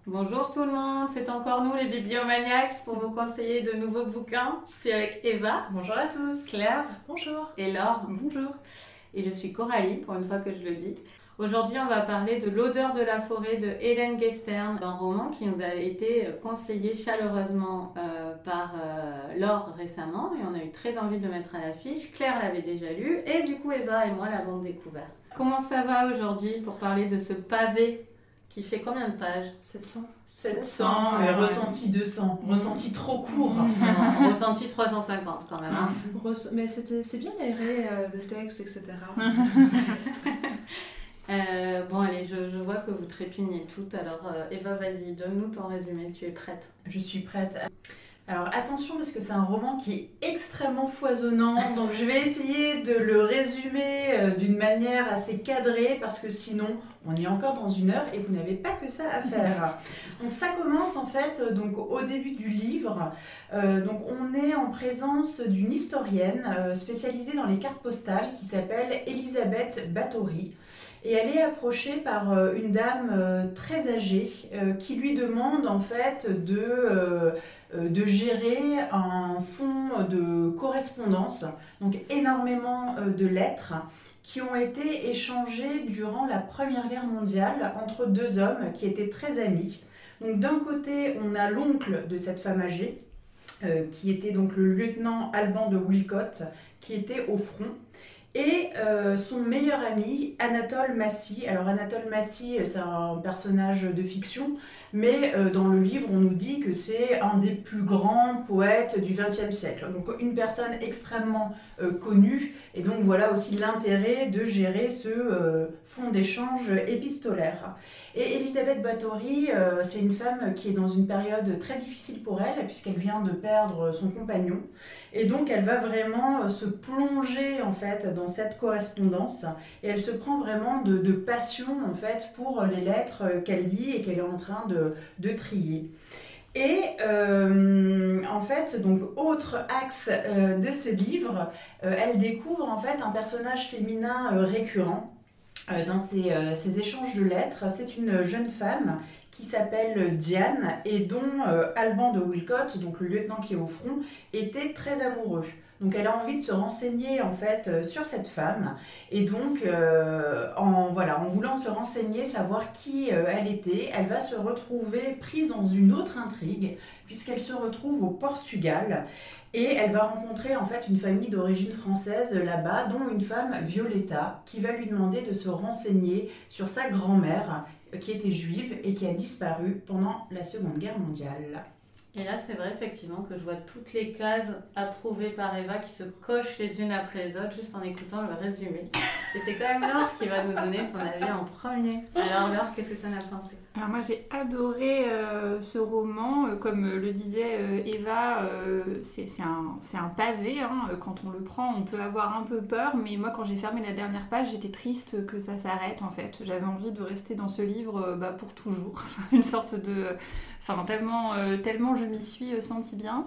Bonjour tout le monde, c'est encore nous les bibliomaniacs pour vous conseiller de nouveaux bouquins. Je suis avec Eva. Bonjour à tous. Claire. Bonjour. Et Laure. Bonjour. Et je suis Coralie, pour une fois que je le dis. Aujourd'hui, on va parler de L'odeur de la forêt de Hélène Guestern, un roman qui nous a été conseillé chaleureusement par Laure récemment et on a eu très envie de le mettre à l'affiche. Claire l'avait déjà lu et du coup Eva et moi l'avons découvert. Comment ça va aujourd'hui pour parler de ce pavé qui fait combien de pages ? 700, mais ressenti 200. Ressenti trop court. Non, ressenti 350 quand même. Hein. Mais c'est bien aéré le texte, etc. Bon allez, je vois que vous trépignez toutes, alors Eva, vas-y, donne-nous ton résumé, tu es prête ? Je suis prête. Alors attention parce que c'est un roman qui est extrêmement foisonnant, donc je vais essayer de le résumer d'une manière assez cadrée parce que sinon on est encore dans 1 heure et vous n'avez pas que ça à faire. Donc ça commence en fait donc, au début du livre, donc on est en présence d'une historienne spécialisée dans les cartes postales qui s'appelle Elisabeth Báthory. Et elle est approchée par une dame très âgée qui lui demande en fait de gérer un fonds de correspondance, donc énormément de lettres qui ont été échangées durant la Première Guerre mondiale entre 2 hommes qui étaient très amis. Donc d'un côté, on a l'oncle de cette femme âgée, qui était donc le lieutenant Alban de Wilcott, qui était au front. Et son meilleur ami, Anatole Massy. Alors Anatole Massy, c'est un personnage de fiction, mais dans le livre, on nous dit que c'est un des plus grands poètes du XXe siècle. Donc une personne extrêmement connue, et donc voilà aussi l'intérêt de gérer ce fonds d'échange épistolaire. Et Elisabeth Báthory, c'est une femme qui est dans une période très difficile pour elle, puisqu'elle vient de perdre son compagnon. Et donc elle va vraiment se plonger en fait dans cette correspondance et elle se prend vraiment de passion en fait pour les lettres qu'elle lit et qu'elle est en train de trier. Et en fait, donc autre axe de ce livre, elle découvre en fait un personnage féminin récurrent dans ces échanges de lettres. C'est une jeune femme qui s'appelle Diane et dont Alban de Wilcott, donc le lieutenant qui est au front, était très amoureux. Donc elle a envie de se renseigner en fait sur cette femme et donc en voulant se renseigner, savoir qui elle était, elle va se retrouver prise dans une autre intrigue puisqu'elle se retrouve au Portugal et elle va rencontrer en fait une famille d'origine française là-bas, dont une femme Violetta qui va lui demander de se renseigner sur sa grand-mère qui était juive et qui a disparu pendant la Seconde Guerre mondiale. Et là, c'est vrai effectivement que je vois toutes les cases approuvées par Eva qui se cochent les unes après les autres juste en écoutant le résumé. Et c'est quand même Laure qui va nous donner son avis en premier. Alors Laure, qu'est-ce que tu en as pensé ? Alors moi j'ai adoré ce roman, comme le disait Eva, c'est un pavé, hein. Quand on le prend on peut avoir un peu peur, mais moi quand j'ai fermé la dernière page j'étais triste que ça s'arrête en fait. J'avais envie de rester dans ce livre pour toujours, une sorte de... tellement je m'y suis sentie bien.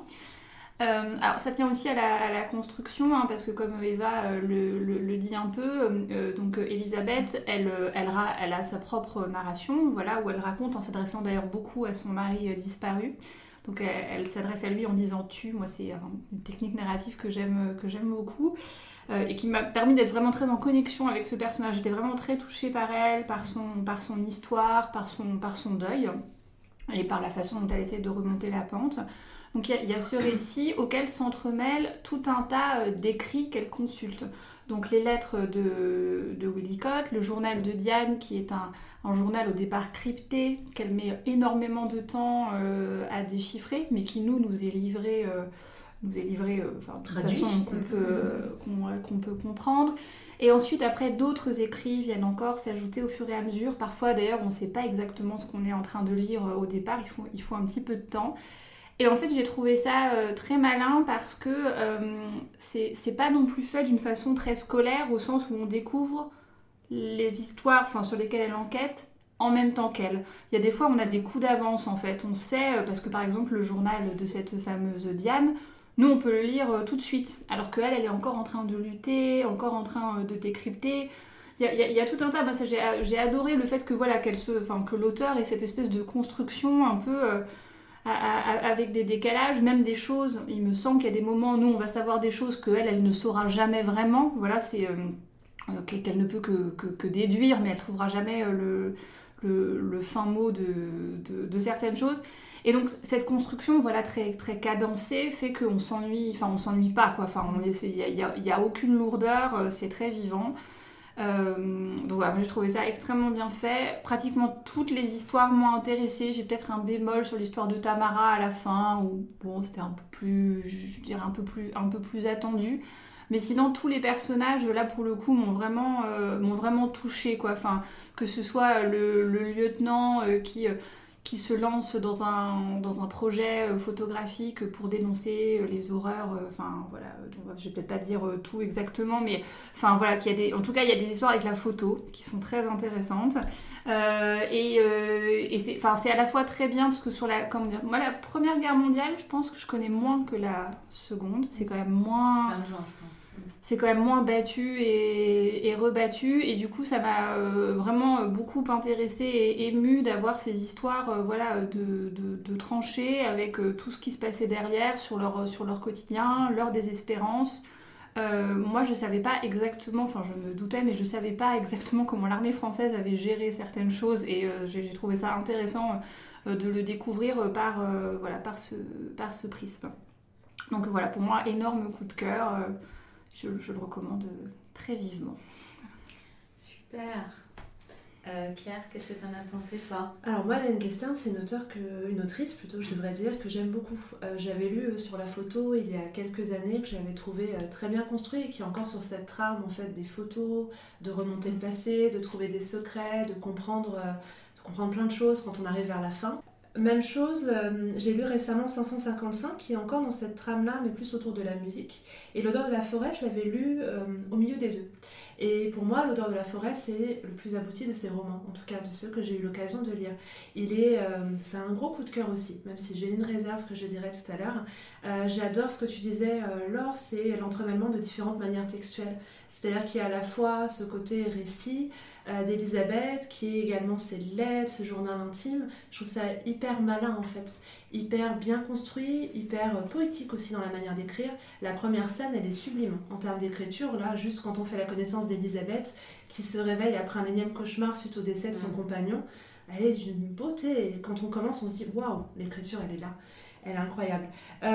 Alors ça tient aussi à la construction, hein, parce que comme Eva le dit un peu, donc Elisabeth, elle a sa propre narration, voilà, où elle raconte, en s'adressant d'ailleurs beaucoup à son mari disparu. Donc elle s'adresse à lui en disant tu. Moi c'est une technique narrative que j'aime beaucoup et qui m'a permis d'être vraiment très en connexion avec ce personnage. J'étais vraiment très touchée par elle, par son histoire, par son deuil et par la façon dont elle essaie de remonter la pente. Donc il y a ce récit auquel s'entremêlent tout un tas d'écrits qu'elle consulte. Donc les lettres de Wilcott, le journal de Diane qui est un journal au départ crypté, qu'elle met énormément de temps à déchiffrer, mais qui nous est livré de façon qu'on peut comprendre. Et ensuite, après, d'autres écrits viennent encore s'ajouter au fur et à mesure. Parfois, d'ailleurs, on ne sait pas exactement ce qu'on est en train de lire au départ. Il faut un petit peu de temps. Et en fait, j'ai trouvé ça très malin parce que c'est pas non plus fait d'une façon très scolaire, au sens où on découvre les histoires sur lesquelles elle enquête en même temps qu'elle. Il y a des fois, on a des coups d'avance, en fait. On sait, parce que par exemple, le journal de cette fameuse Diane, nous, on peut le lire tout de suite, alors qu'elle est encore en train de lutter, encore en train de décrypter. Il y a tout un tas. Moi, ça, j'ai adoré le fait que, voilà, que l'auteur ait cette espèce de construction un peu avec des décalages, même des choses. Il me semble qu'il y a des moments où nous, on va savoir des choses elle ne saura jamais vraiment. Voilà, c'est qu'elle ne peut que déduire, mais elle trouvera jamais le fin mot de certaines choses. Et donc cette construction, voilà, très, très cadencée, fait qu'on s'ennuie pas, quoi. Enfin, il y a aucune lourdeur, c'est très vivant. Donc voilà, j'ai trouvé ça extrêmement bien fait. Pratiquement toutes les histoires m'ont intéressée. J'ai peut-être un bémol sur l'histoire de Tamara à la fin, où bon, c'était un peu plus, je dirais un peu plus attendu. Mais sinon, tous les personnages, là, pour le coup, m'ont vraiment touchée, quoi. Enfin, que ce soit le lieutenant qui se lance dans un projet photographique pour dénoncer les horreurs, enfin, voilà, je vais peut-être pas dire tout exactement, mais enfin, voilà, en tout cas, il y a des histoires avec la photo qui sont très intéressantes. Et c'est à la fois très bien, parce que moi, la Première Guerre mondiale, je pense que je connais moins que la Seconde. C'est quand même moins... Plein de gens, je pense. C'est quand même moins battu et rebattu, et du coup ça m'a vraiment beaucoup intéressée et émue d'avoir ces histoires de tranchées avec tout ce qui se passait derrière sur leur quotidien, leur désespérance. Moi je savais pas exactement, enfin je me doutais, mais je savais pas exactement comment l'armée française avait géré certaines choses, et j'ai trouvé ça intéressant de le découvrir par ce prisme. Donc voilà, pour moi, énorme coup de cœur. Je le recommande très vivement. Super. Claire, qu'est-ce que tu en as pensé, toi ? Alors moi, Hélène Guestern, c'est une autrice plutôt, je devrais dire, que j'aime beaucoup. J'avais lu sur la photo il y a quelques années, que j'avais trouvé très bien construit, et qui est encore sur cette trame en fait des photos, de remonter le passé, de trouver des secrets, de comprendre plein de choses quand on arrive vers la fin. Même chose, j'ai lu récemment 555 qui est encore dans cette trame-là, mais plus autour de la musique. Et L'odeur de la forêt, je l'avais lu au milieu des deux. Et pour moi, L'odeur de la forêt, c'est le plus abouti de ces romans, en tout cas de ceux que j'ai eu l'occasion de lire. C'est un gros coup de cœur aussi, même si j'ai une réserve que je dirai tout à l'heure. J'adore ce que tu disais, Laure, c'est l'entremêlement de différentes manières textuelles. C'est-à-dire qu'il y a à la fois ce côté récit d'Elisabeth, qui est également ses lettres, ce journal intime. Je trouve ça hyper malin en fait, hyper bien construit, hyper poétique aussi dans la manière d'écrire. La première scène, elle est sublime en termes d'écriture, là, juste quand on fait la connaissance d'Elisabeth, qui se réveille après un énième cauchemar suite au décès de son compagnon. Elle est d'une beauté, et quand on commence, on se dit « Waouh, l'écriture, elle est là ». Elle est incroyable.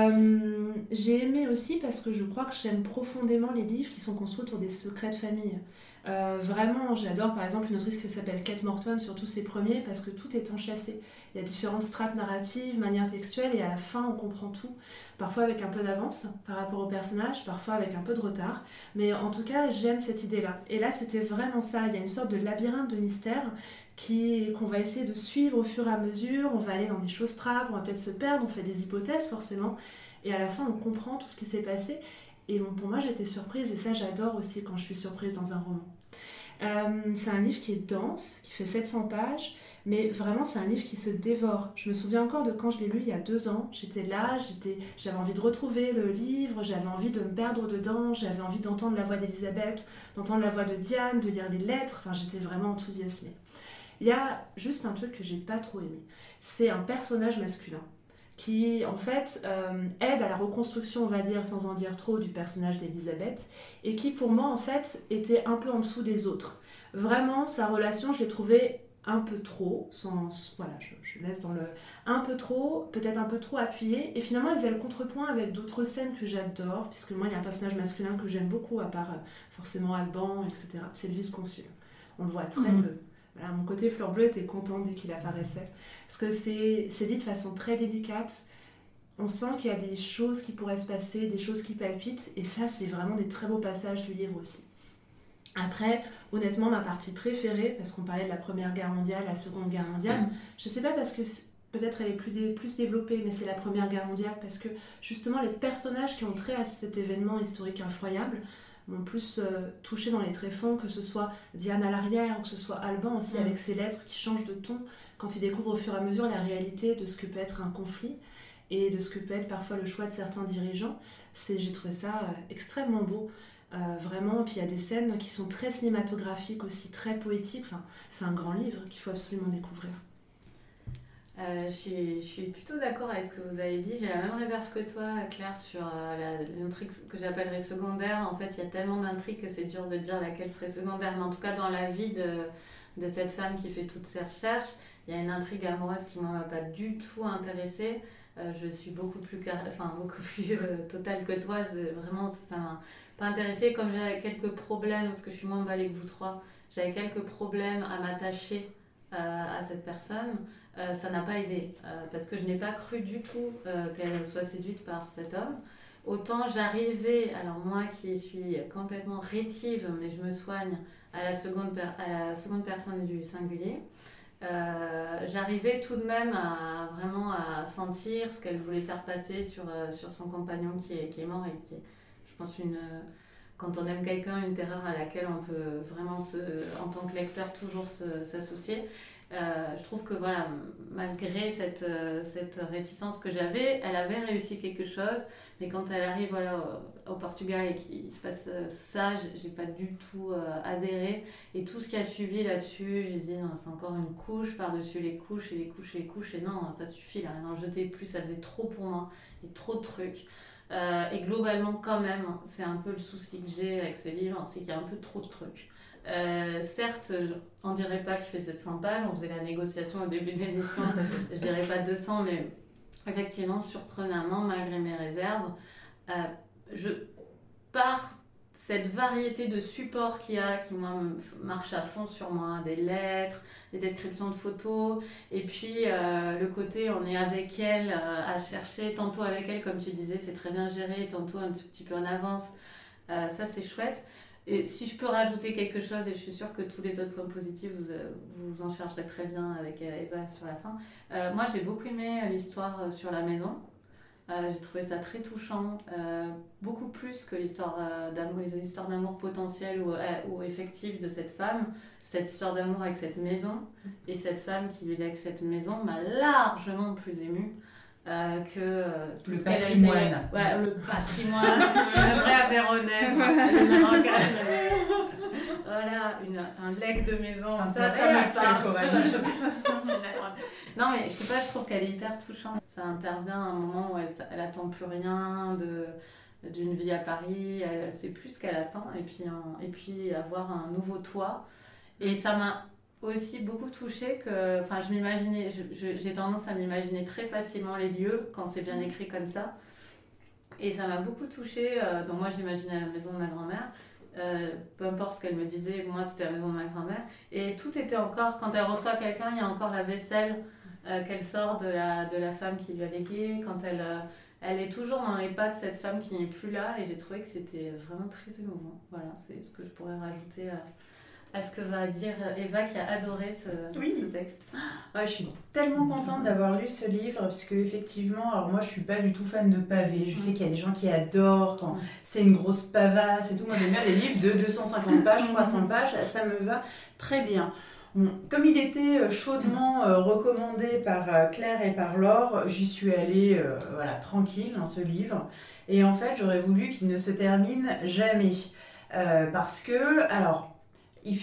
J'ai aimé aussi parce que je crois que j'aime profondément les livres qui sont construits autour des secrets de famille. Vraiment, j'adore par exemple une autrice qui s'appelle Kate Morton, surtout ses premiers, parce que tout est enchâssé. Il y a différentes strates narratives, manières textuelles, et à la fin on comprend tout. Parfois avec un peu d'avance par rapport au personnage, parfois avec un peu de retard. Mais en tout cas, j'aime cette idée-là. Et là, c'était vraiment ça. Il y a une sorte de labyrinthe de mystère qu'on va essayer de suivre au fur et à mesure. On va aller dans des choses trappes, on va peut-être se perdre, on fait des hypothèses forcément. Et à la fin, on comprend tout ce qui s'est passé. Et bon, pour moi, j'étais surprise, et ça, j'adore aussi quand je suis surprise dans un roman. C'est un livre qui est dense, qui fait 700 pages, mais vraiment, c'est un livre qui se dévore. Je me souviens encore de quand je l'ai lu il y a 2 ans. J'étais là, j'avais envie de retrouver le livre, j'avais envie de me perdre dedans, j'avais envie d'entendre la voix d'Elisabeth, d'entendre la voix de Diane, de lire les lettres. Enfin, j'étais vraiment enthousiasmée. Il y a juste un truc que j'ai pas trop aimé. C'est un personnage masculin qui, en fait, aide à la reconstruction, on va dire, sans en dire trop, du personnage d'Elisabeth, et qui, pour moi, en fait, était un peu en dessous des autres. Vraiment, sa relation, je l'ai trouvée un peu trop, je laisse dans le... un peu trop, peut-être un peu trop appuyée, et finalement, elle faisait le contrepoint avec d'autres scènes que j'adore, puisque moi, il y a un personnage masculin que j'aime beaucoup, à part forcément Alban, etc. C'est le vice-consul. On le voit très peu. Voilà, mon côté fleur bleue était content dès qu'il apparaissait. Parce que c'est dit de façon très délicate. On sent qu'il y a des choses qui pourraient se passer, des choses qui palpitent. Et ça, c'est vraiment des très beaux passages du livre aussi. Après, honnêtement, ma partie préférée, parce qu'on parlait de la Première Guerre mondiale, la Seconde Guerre mondiale, je ne sais pas parce que peut-être elle est plus développée, mais c'est la Première Guerre mondiale parce que justement les personnages qui ont trait à cet événement historique incroyable m'ont plus touché dans les tréfonds, que ce soit Diane à l'arrière ou que ce soit Alban aussi avec ses lettres qui changent de ton quand il découvre au fur et à mesure la réalité de ce que peut être un conflit. et de ce que peut être parfois le choix de certains dirigeants. J'ai trouvé ça extrêmement beau. Vraiment, puis il y a des scènes qui sont très cinématographiques aussi, très poétiques. Enfin, c'est un grand livre qu'il faut absolument découvrir. Je suis plutôt d'accord avec ce que vous avez dit. J'ai la même réserve que toi, Claire, sur l'intrigue que j'appellerais secondaire. En fait, il y a tellement d'intrigues que c'est dur de dire laquelle serait secondaire. Mais en tout cas, dans la vie de cette femme qui fait toutes ses recherches, il y a une intrigue amoureuse qui ne m'a pas du tout intéressée. Je suis beaucoup plus totale que toi. Vraiment, ça m'a pas intéressée. Comme j'avais quelques problèmes, parce que je suis moins emballée que vous trois, j'avais quelques problèmes à m'attacher à cette personne. Ça n'a pas aidé parce que je n'ai pas cru du tout qu'elle soit séduite par cet homme. Autant j'arrivais, alors moi qui suis complètement rétive, mais je me soigne à la seconde personne du singulier, j'arrivais tout de même à vraiment à sentir ce qu'elle voulait faire passer sur son compagnon qui est mort et qui est, je pense, quand on aime quelqu'un, une terreur à laquelle on peut vraiment, en tant que lecteur, toujours s'associer. Je trouve que voilà, malgré cette réticence que j'avais, elle avait réussi quelque chose, mais quand elle arrive au Portugal et qu'il se passe ça, j'ai pas du tout adhéré, et tout ce qui a suivi là-dessus, j'ai dit non, c'est encore une couche par-dessus les couches et les couches et les couches, et non, ça suffit là, n'en jetez plus, ça faisait trop pour moi, et trop de trucs. Et globalement quand même, c'est un peu le souci que j'ai avec ce livre, c'est qu'il y a un peu trop de trucs. Certes, on dirait pas qu'il fait 700 pages, on faisait la négociation au début de l'émission, je dirais pas 200, mais effectivement, surprenamment, malgré mes réserves, par cette variété de supports qu'il y a, qui moi marche à fond sur moi, des lettres, des descriptions de photos, et puis le côté on est avec elle à chercher, tantôt avec elle comme tu disais, c'est très bien géré, tantôt un tout petit peu en avance, ça c'est chouette. Et si je peux rajouter quelque chose, et je suis sûre que tous les autres points positifs, vous en chargerez très bien avec Eva sur la fin. Moi, j'ai beaucoup aimé l'histoire sur la maison. J'ai trouvé ça très touchant, beaucoup plus que les histoires d'amour potentielles ou effectives de cette femme. Cette histoire d'amour avec cette maison et cette femme qui vit avec cette maison m'a largement plus émue. Que tout le ce qu'elle patrimoine. Ouais, le patrimoine, une vraie Aveyronnaise. Voilà, un legs de maison, ça me parle. Non, mais je sais pas, je trouve qu'elle est hyper touchante. Ça intervient à un moment où elle attend plus rien d'une vie à Paris, elle sait plus ce qu'elle attend, et puis avoir un nouveau toit. Et ça m'a aussi beaucoup touchée que, enfin, j'ai tendance à m'imaginer très facilement les lieux quand c'est bien écrit comme ça, et ça m'a beaucoup touchée. Donc moi j'imaginais la maison de ma grand-mère, peu importe ce qu'elle me disait, moi c'était la maison de ma grand-mère, et tout était encore, quand elle reçoit quelqu'un, il y a encore la vaisselle qu'elle sort de la femme qui lui a légué, quand elle est toujours dans les pas de cette femme qui n'est plus là, et j'ai trouvé que c'était vraiment très émouvant. Voilà, c'est ce que je pourrais rajouter à ce que va dire Eva, qui a adoré ce texte. Ouais, je suis tellement contente d'avoir lu ce livre, parce que effectivement, alors moi je suis pas du tout fan de pavés. Je sais qu'il y a des gens qui adorent quand c'est une grosse pavasse et tout. Moi j'aime bien les livres de 250 pages, 300 pages, ça me va très bien. Bon, comme il était chaudement recommandé par Claire et par Laure, j'y suis allée tranquille dans ce livre. Et en fait, j'aurais voulu qu'il ne se termine jamais. Parce que, alors, il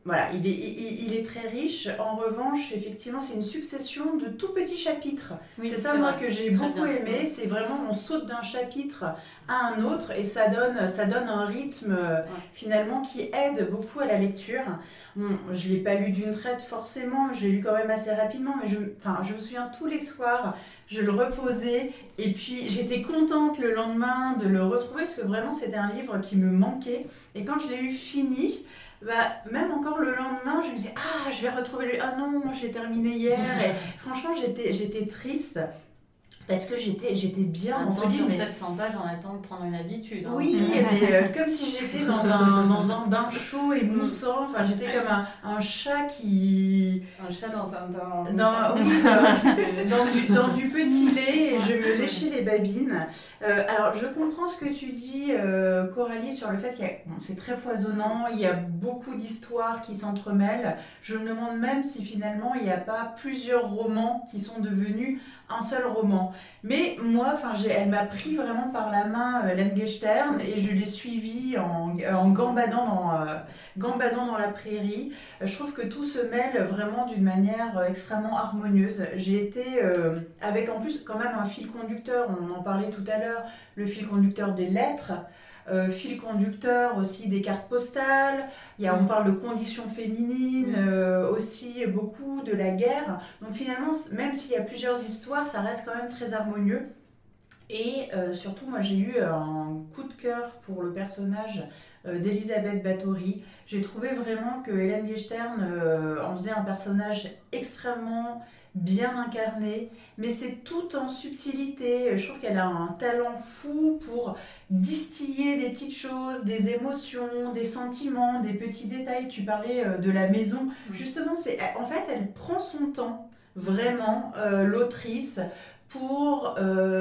est très riche. En revanche, effectivement, c'est une succession de tout petits chapitres. Oui, c'est ça, moi, que j'ai beaucoup aimé. C'est vraiment, on saute d'un chapitre à un autre et ça donne un rythme, finalement, qui aide beaucoup à la lecture. Bon, je ne l'ai pas lu d'une traite, forcément. Je l'ai lu quand même assez rapidement. Mais je me souviens, tous les soirs, je le reposais. Et puis, j'étais contente le lendemain de le retrouver parce que vraiment, c'était un livre qui me manquait. Et quand je l'ai eu fini... même encore le lendemain, je me disais je vais retrouver le... Ah non, je l'ai terminé hier. Et franchement, j'étais triste parce que j'étais bien dans ce livre. 700 pages, on attend de prendre une habitude. Hein. Oui, mais comme si j'étais dans un bain chaud et moussant. Enfin, j'étais comme un chat qui... Un chat dans un bain dans du petit lait, et je me léchais les babines. Alors, je comprends ce que tu dis, Coralie, sur le fait que c'est très foisonnant, il y a beaucoup d'histoires qui s'entremêlent. Je me demande même si finalement, il n'y a pas plusieurs romans qui sont devenus un seul roman. roman. Mais moi, elle m'a pris vraiment par la main, Hélène Gestern, et je l'ai suivie en gambadant dans la prairie. Je trouve que tout se mêle vraiment d'une manière extrêmement harmonieuse. J'ai été avec en plus quand même un fil conducteur, on en parlait tout à l'heure, le fil conducteur des lettres, fil conducteur aussi des cartes postales, on parle de conditions féminines, aussi beaucoup de la guerre. Donc finalement, même s'il y a plusieurs histoires, ça reste quand même très harmonieux. Et surtout, moi j'ai eu un coup de cœur pour le personnage d'Elisabeth Báthory. J'ai trouvé vraiment que Hélène Gestern en faisait un personnage extrêmement bien incarné, mais c'est tout en subtilité. Je trouve qu'elle a un talent fou pour distiller des petites choses, des émotions, des sentiments, des petits détails. Tu parlais de la maison. Justement, en fait, elle prend son temps, vraiment, l'autrice, pour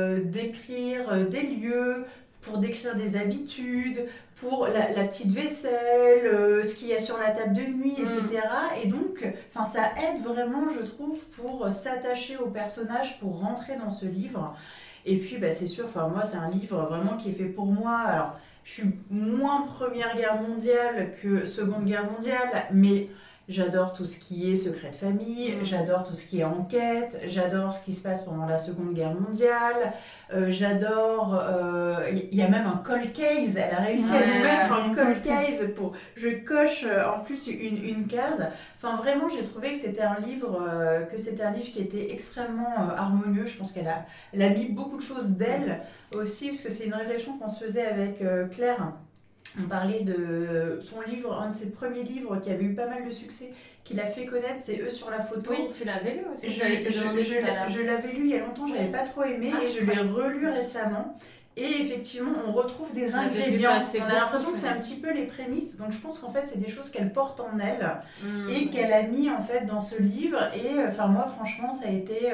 décrire des lieux, pour décrire des habitudes, pour la petite vaisselle, ce qu'il y a sur la table de nuit, etc. Et donc, ça aide vraiment, je trouve, pour s'attacher au personnage, pour rentrer dans ce livre. Et puis, c'est sûr, moi, c'est un livre vraiment qui est fait pour moi. Alors, je suis moins Première Guerre mondiale que Seconde Guerre mondiale, mais j'adore tout ce qui est secret de famille, j'adore tout ce qui est enquête, j'adore ce qui se passe pendant la Seconde Guerre mondiale, j'adore... Il y a même un cold case, elle a réussi à nous mettre un cold case pour... Je coche en plus une case. Vraiment, j'ai trouvé que c'était un livre qui était extrêmement harmonieux. Je pense qu'elle a mis beaucoup de choses d'elle aussi, parce que c'est une réflexion qu'on se faisait avec Claire. On parlait de son livre, un de ses premiers livres qui avait eu pas mal de succès, qui l'a fait connaître, c'est Eux sur la photo. Oui, tu l'avais lu aussi. Je l'avais lu il y a longtemps, j'avais pas trop aimé, et je l'ai relu récemment. Et effectivement, on retrouve des ingrédients. On a l'impression que c'est un petit peu les prémices. Donc je pense qu'en fait, c'est des choses qu'elle porte en elle et qu'elle a mis en fait dans ce livre. Et moi, franchement, ça a été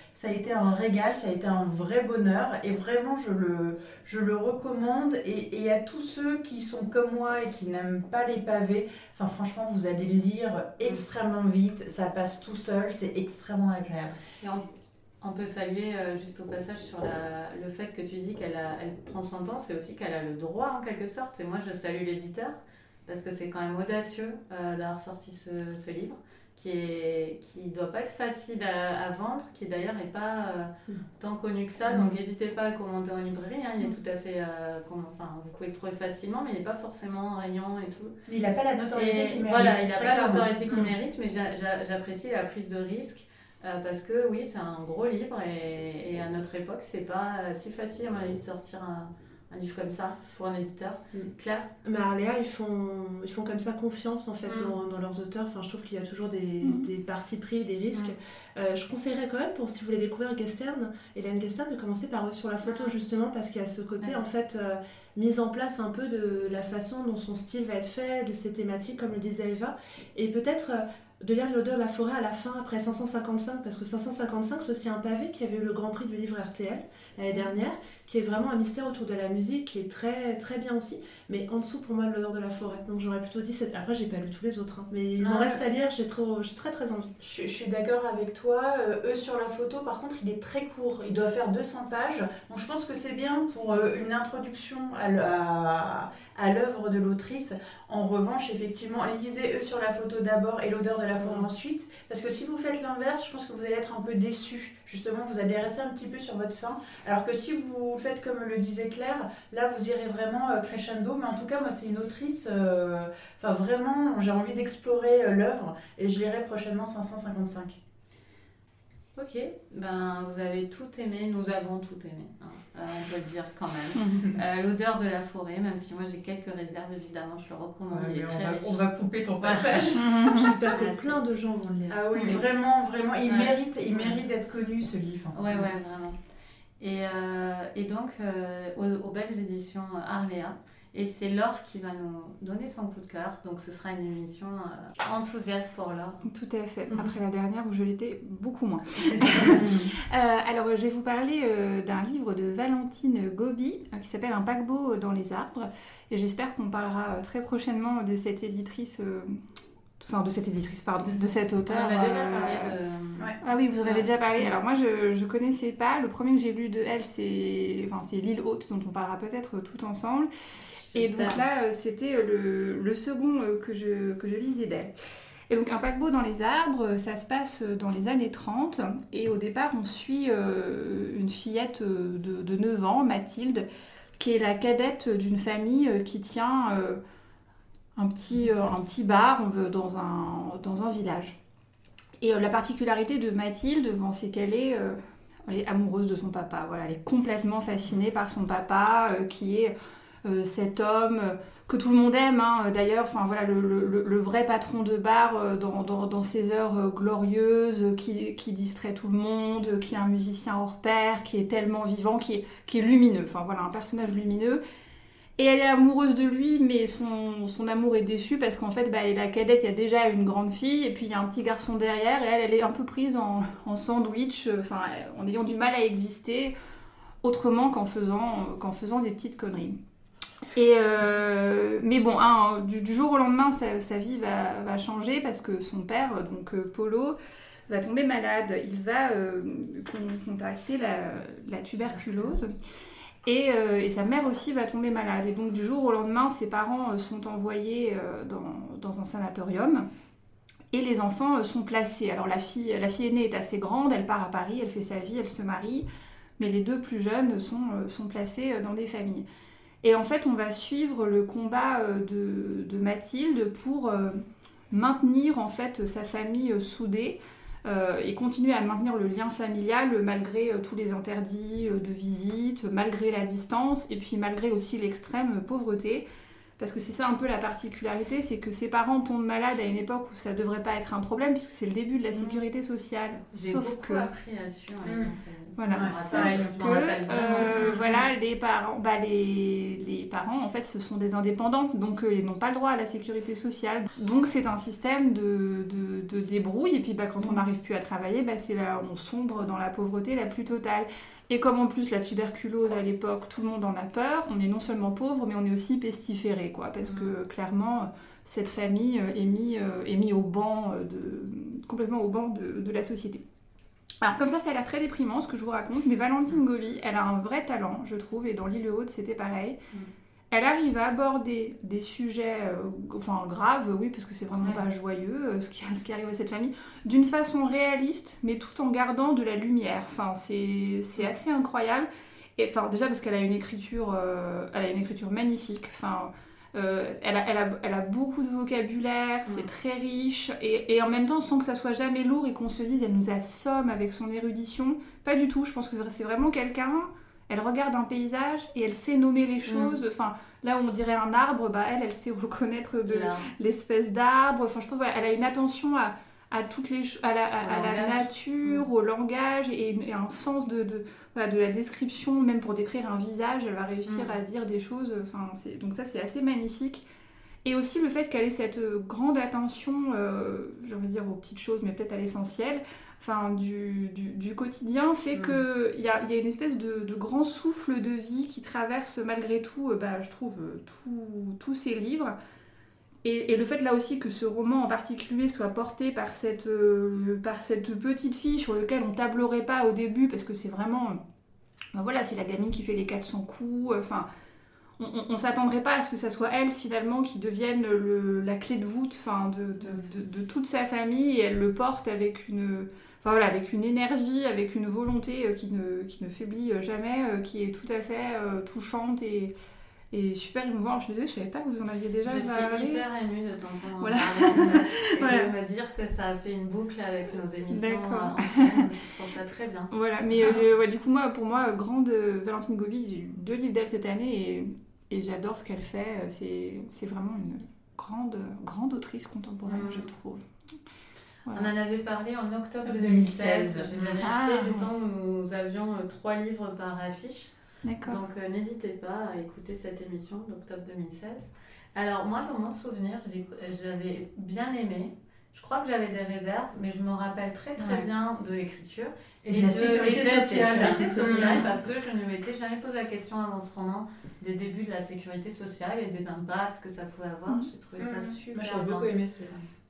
un régal, ça a été un vrai bonheur. Et vraiment, je le recommande. Et à tous ceux qui sont comme moi et qui n'aiment pas les pavés, franchement, vous allez le lire extrêmement vite. Ça passe tout seul, c'est extrêmement agréable. Et on peut saluer juste au passage sur le fait que tu dis qu'elle prend son temps, c'est aussi qu'elle a le droit en quelque sorte. Et moi je salue l'éditeur parce que c'est quand même audacieux d'avoir sorti ce livre qui doit pas être facile à vendre, qui d'ailleurs n'est pas tant connu que ça. Donc n'hésitez pas à le commander en librairie, il est tout à fait... vous pouvez le trouver facilement, mais il n'est pas forcément en rayon et tout. Mais il n'a pas la notoriété qu'il mérite. Voilà, il n'a pas la notoriété qu'il mérite, mais j'apprécie la prise de risque. Parce que oui, c'est un gros livre et à notre époque, c'est pas si facile à mon avis de sortir un livre comme ça pour un éditeur. Claire ? Mais Arléa, ils font comme ça confiance en fait dans leurs auteurs. Je trouve qu'il y a toujours des partis pris, des risques. Je conseillerais quand même, si vous voulez découvrir Hélène Gestern, de commencer par Eux sur la photo, justement parce qu'il y a ce côté en fait mise en place un peu de la façon dont son style va être fait, de ses thématiques, comme le disait Eva, et peut-être de lire L'odeur de la forêt à la fin, après 555, parce que 555, c'est aussi un pavé qui avait eu le Grand Prix du livre RTL l'année dernière, qui est vraiment un mystère autour de la musique, qui est très, très bien aussi, mais en dessous pour moi de L'odeur de la forêt. Donc j'aurais plutôt dit, après j'ai pas lu tous les autres, mais il m'en reste à lire, j'ai très très envie. Je suis d'accord avec toi. Eux sur la photo, par contre, il est très court, il doit faire 200 pages, donc je pense que c'est bien pour une introduction à l'œuvre de l'autrice. En revanche, effectivement, lisez Eux sur la photo d'abord et L'odeur de la forêt ensuite, parce que si vous faites l'inverse, je pense que vous allez être un peu déçus. Justement, vous allez rester un petit peu sur votre faim, alors que si vous faites comme le disait Claire, là vous irez vraiment crescendo. Mais en tout cas, moi c'est une autrice, vraiment j'ai envie d'explorer l'œuvre, et je lirai prochainement 555. Ok, vous avez tout aimé, nous avons tout aimé, on peut le dire quand même. L'odeur de la forêt, même si moi j'ai quelques réserves, évidemment, je le recommande. On va couper ton passage. J'espère que plein de gens vont le lire. Ah oui, vraiment, vraiment, il mérite d'être connu, ce livre. Ouais, vraiment. Et donc, aux belles éditions Arléa. Et c'est Laure qui va nous donner son coup de cœur. Donc ce sera une émission enthousiaste pour Laure. Tout à fait. Après la dernière où je l'étais beaucoup moins. Alors je vais vous parler d'un livre de Valentine Gobi qui s'appelle Un paquebot dans les arbres. Et j'espère qu'on parlera très prochainement de cette éditrice de cette éditrice, de cet auteur. On en a déjà parlé de... Ouais. Ah oui, vous en avez déjà parlé. Alors moi, je connaissais pas. Le premier que j'ai lu de elle, c'est L'île haute, dont on parlera peut-être tout ensemble. Et donc là, c'était le second que je lisais d'elle. Et donc Un paquebot dans les arbres, ça se passe dans les années 30. Et au départ, on suit une fillette de 9 ans, Mathilde, qui est la cadette d'une famille qui tient un petit bar dans un village. Et la particularité de Mathilde, c'est qu'elle est amoureuse de son papa. Voilà, elle est complètement fascinée par son papa, qui est cet homme que tout le monde aime, hein, d'ailleurs, le vrai patron de bar dans ses heures glorieuses, qui distrait tout le monde, qui est un musicien hors pair, qui est tellement vivant, qui est lumineux, un personnage lumineux. Et elle est amoureuse de lui, mais son amour est déçu parce qu'en fait, elle est la cadette, il y a déjà une grande fille, et puis il y a un petit garçon derrière, et elle est un peu prise en sandwich, en ayant du mal à exister, autrement qu'en faisant des petites conneries. Mais bon, du jour au lendemain, sa vie va changer parce que son père, donc Polo, va tomber malade. Il va contracter la tuberculose et sa mère aussi va tomber malade. Et donc du jour au lendemain, ses parents sont envoyés dans un sanatorium et les enfants sont placés. Alors la fille aînée est assez grande, elle part à Paris, elle fait sa vie, elle se marie, mais les deux plus jeunes sont placés dans des familles. Et en fait, on va suivre le combat de Mathilde pour maintenir en fait sa famille soudée et continuer à maintenir le lien familial malgré tous les interdits de visite, malgré la distance et puis malgré aussi l'extrême pauvreté. Parce que c'est ça un peu la particularité, c'est que ses parents tombent malades à une époque où ça devrait pas être un problème puisque c'est le début de la sécurité sociale. J'ai beaucoup appris là-dessus. Voilà, sauf que les parents en fait ce sont des indépendants, donc ils n'ont pas le droit à la sécurité sociale. Donc c'est un système de débrouille et puis quand on n'arrive plus à travailler, c'est là on sombre dans la pauvreté la plus totale. Et comme en plus la tuberculose à l'époque, tout le monde en a peur, on est non seulement pauvre mais on est aussi pestiféré parce que clairement cette famille est mis au banc complètement au banc de la société. Alors comme ça a l'air très déprimant ce que je vous raconte, mais Valentine Gobi, elle a un vrai talent, je trouve, et dans l'île haute c'était pareil. Elle arrive à aborder des sujets graves, oui, parce que c'est vraiment pas joyeux ce qui arrive à cette famille, d'une façon réaliste, mais tout en gardant de la lumière. C'est assez incroyable. Et déjà parce qu'elle a une écriture magnifique. Elle a beaucoup de vocabulaire, c'est très riche, et en même temps sans que ça soit jamais lourd et qu'on se dise elle nous assomme avec son érudition. Pas du tout, je pense que c'est vraiment quelqu'un, elle regarde un paysage et elle sait nommer les choses. Là où on dirait un arbre, elle sait reconnaître l'espèce d'arbre. Je pense qu'elle a une attention à toutes les à la nature, au langage et un sens de la description, même pour décrire un visage, elle va réussir à dire des choses. Donc ça c'est assez magnifique. Et aussi le fait qu'elle ait cette grande attention, j'ai envie de dire aux petites choses, mais peut-être à l'essentiel, du quotidien, fait qu'il y a une espèce de grand souffle de vie qui traverse malgré tout, je trouve, tous ces livres. Et le fait là aussi que ce roman en particulier soit porté par cette petite fille sur laquelle on tablerait pas au début, parce que c'est vraiment... c'est la gamine qui fait les 400 coups, on s'attendrait pas à ce que ça soit elle finalement qui devienne la clé de voûte de toute sa famille, et elle le porte avec avec une énergie, avec une volonté qui ne faiblit jamais, qui est tout à fait touchante et super émouvant. Je suis désolée, je savais pas que vous en aviez déjà parlé. Je suis hyper émue de t'entendre parler et de me dire que ça a fait une boucle avec nos émissions. D'accord. Je trouve ça très bien. Voilà, mais du coup, pour moi, grande Valentine Gobi, j'ai eu 2 livres d'elle cette année et j'adore ce qu'elle fait. C'est vraiment une grande autrice contemporaine, je trouve. Voilà. On en avait parlé en octobre 2016. J'ai vérifié du temps où nous avions 3 livres par affiche. D'accord. Donc n'hésitez pas à écouter cette émission d'octobre 2016. Alors moi, dans mon souvenir, j'avais bien aimé. Je crois que j'avais des réserves, mais je me rappelle très bien de l'écriture et de la sécurité sociale, parce que je ne m'étais jamais posé la question avant ce roman des débuts de la sécurité sociale et des impacts que ça pouvait avoir. J'ai trouvé ça super. Moi, j'avais beaucoup aimé celui-là.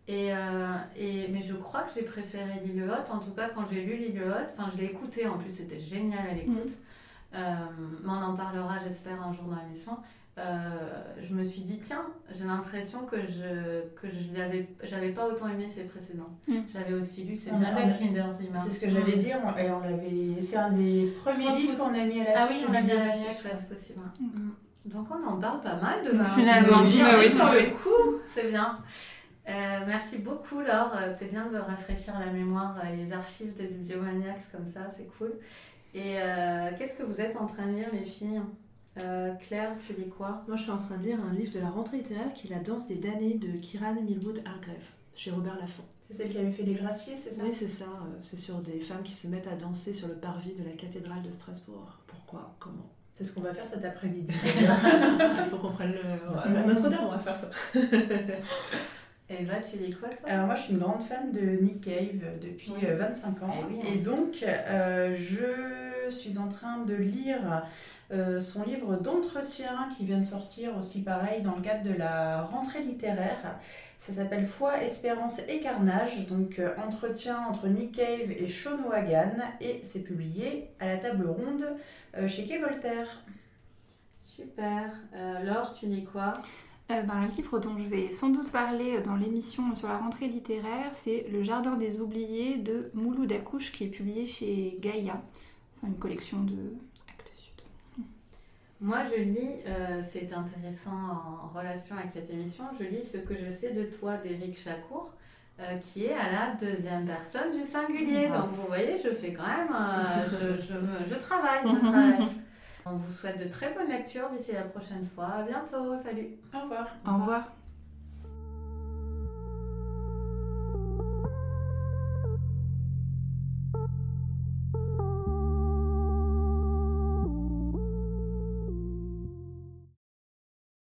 Mais je crois que j'ai préféré L'île Haute. En tout cas, quand j'ai lu L'île Haute, enfin, je l'ai écouté en plus, c'était génial à l'écoute. Mais on en parlera, j'espère, un jour dans l'émission. Je me suis dit, tiens, j'ai l'impression que j'avais pas autant aimé ces précédents. J'avais aussi lu, c'est bien de Kinderzimmer. C'est ce que j'allais dire, c'est un des premiers livres qu'on a mis à la Ah oui, on l'a bien mis, c'est possible. Donc on en parle pas mal de finalement, oui, sur le coup, c'est bien. Merci beaucoup Laure, c'est bien de rafraîchir la mémoire et les archives de Bibliomaniacs comme ça, c'est cool. Et qu'est-ce que vous êtes en train de lire les filles ? Claire, tu lis quoi ? Moi je suis en train de lire un livre de la rentrée littéraire qui est La danse des damnés de Kiran Millwood Hargrave, chez Robert Laffont. C'est celle qui avait fait Les Graciers, c'est ça ? Oui, c'est ça. C'est sur des femmes qui se mettent à danser sur le parvis de la cathédrale de Strasbourg. Pourquoi ? Comment ? C'est ce qu'on va faire cet après-midi. Il faut qu'on prenne Notre-Dame, on va faire ça. Et là, tu lis quoi, toi ? Alors moi, je suis une grande fan de Nick Cave depuis 25 ans. Et donc, je suis en train de lire son livre d'entretien qui vient de sortir aussi pareil dans le cadre de la rentrée littéraire. Ça s'appelle Foi, Espérance et Carnage. Donc, entretien entre Nick Cave et Sean Wagan. Et c'est publié à la table ronde chez Quai Voltaire. Super. Laure, tu lis quoi ? Un livre dont je vais sans doute parler dans l'émission sur la rentrée littéraire, c'est Le Jardin des oubliés de Mouloud Akouche qui est publié chez Gaïa, une collection de Actes Sud. Moi je lis, c'est intéressant en relation avec cette émission, je lis Ce que je sais de toi d'Éric Chacour, qui est à la deuxième personne du singulier. Donc vous voyez, je fais quand même, je travaille. On vous souhaite de très bonnes lectures d'ici la prochaine fois. À bientôt, salut. Au revoir. Au revoir.